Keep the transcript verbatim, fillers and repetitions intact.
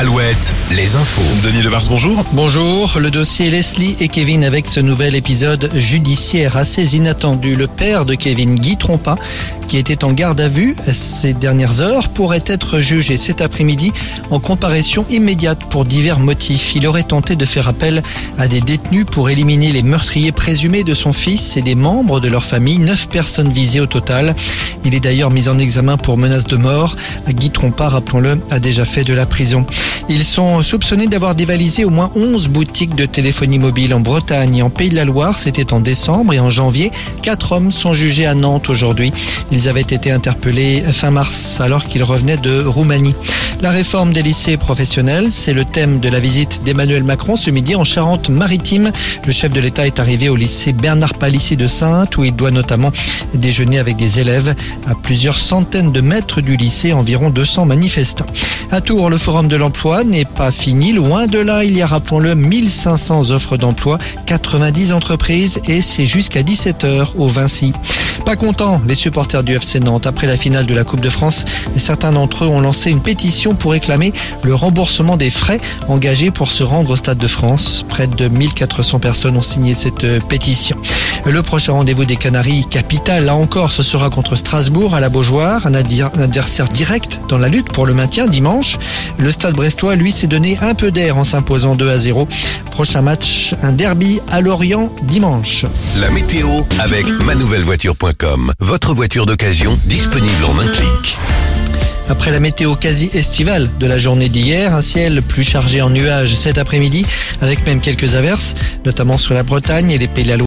Alouette, les infos. Denis Levars, bonjour. Bonjour, le dossier Leslie et Kevin avec ce nouvel épisode judiciaire assez inattendu. Le père de Kevin, Guy Trompas, qui était en garde à vue ces dernières heures, pourrait être jugé cet après-midi en comparution immédiate pour divers motifs. Il aurait tenté de faire appel à des détenus pour éliminer les meurtriers présumés de son fils et des membres de leur famille, neuf personnes visées au total. Il est d'ailleurs mis en examen pour menace de mort. Guy Trompas, rappelons-le, a déjà fait de la prison. Ils sont soupçonnés d'avoir dévalisé au moins onze boutiques de téléphonie mobile en Bretagne et en Pays de la Loire. C'était en décembre et en janvier. Quatre hommes sont jugés à Nantes aujourd'hui. Ils avaient été interpellés fin mars alors qu'ils revenaient de Roumanie. La réforme des lycées professionnels, c'est le thème de la visite d'Emmanuel Macron ce midi en Charente-Maritime. Le chef de l'État est arrivé au lycée Bernard Palissy de Saintes où il doit notamment déjeuner avec des élèves à plusieurs centaines de mètres du lycée, environ deux cents manifestants. À Tours, le forum de l'emploi n'est pas fini, loin de là. Il y a, rappelons-le, mille cinq cents offres d'emploi, quatre-vingt-dix entreprises et c'est jusqu'à dix-sept heures au Vinci. Pas contents, les supporters du F C Nantes. Après la finale de la Coupe de France, certains d'entre eux ont lancé une pétition pour réclamer le remboursement des frais engagés pour se rendre au Stade de France. Près de mille quatre cents personnes ont signé cette pétition. Le prochain rendez-vous des Canaries, capitale, là encore, ce sera contre Strasbourg à la Beaujoire, un adversaire direct dans la lutte pour le maintien dimanche. Le Stade brestois, lui, s'est donné un peu d'air en s'imposant deux à zéro. Prochain match, un derby à Lorient dimanche. La météo avec mannouvelle voiture point com. Votre voiture d'occasion disponible en un clic. Après la météo quasi estivale de la journée d'hier, un ciel plus chargé en nuages cet après-midi, avec même quelques averses, notamment sur la Bretagne et les Pays de la Loire.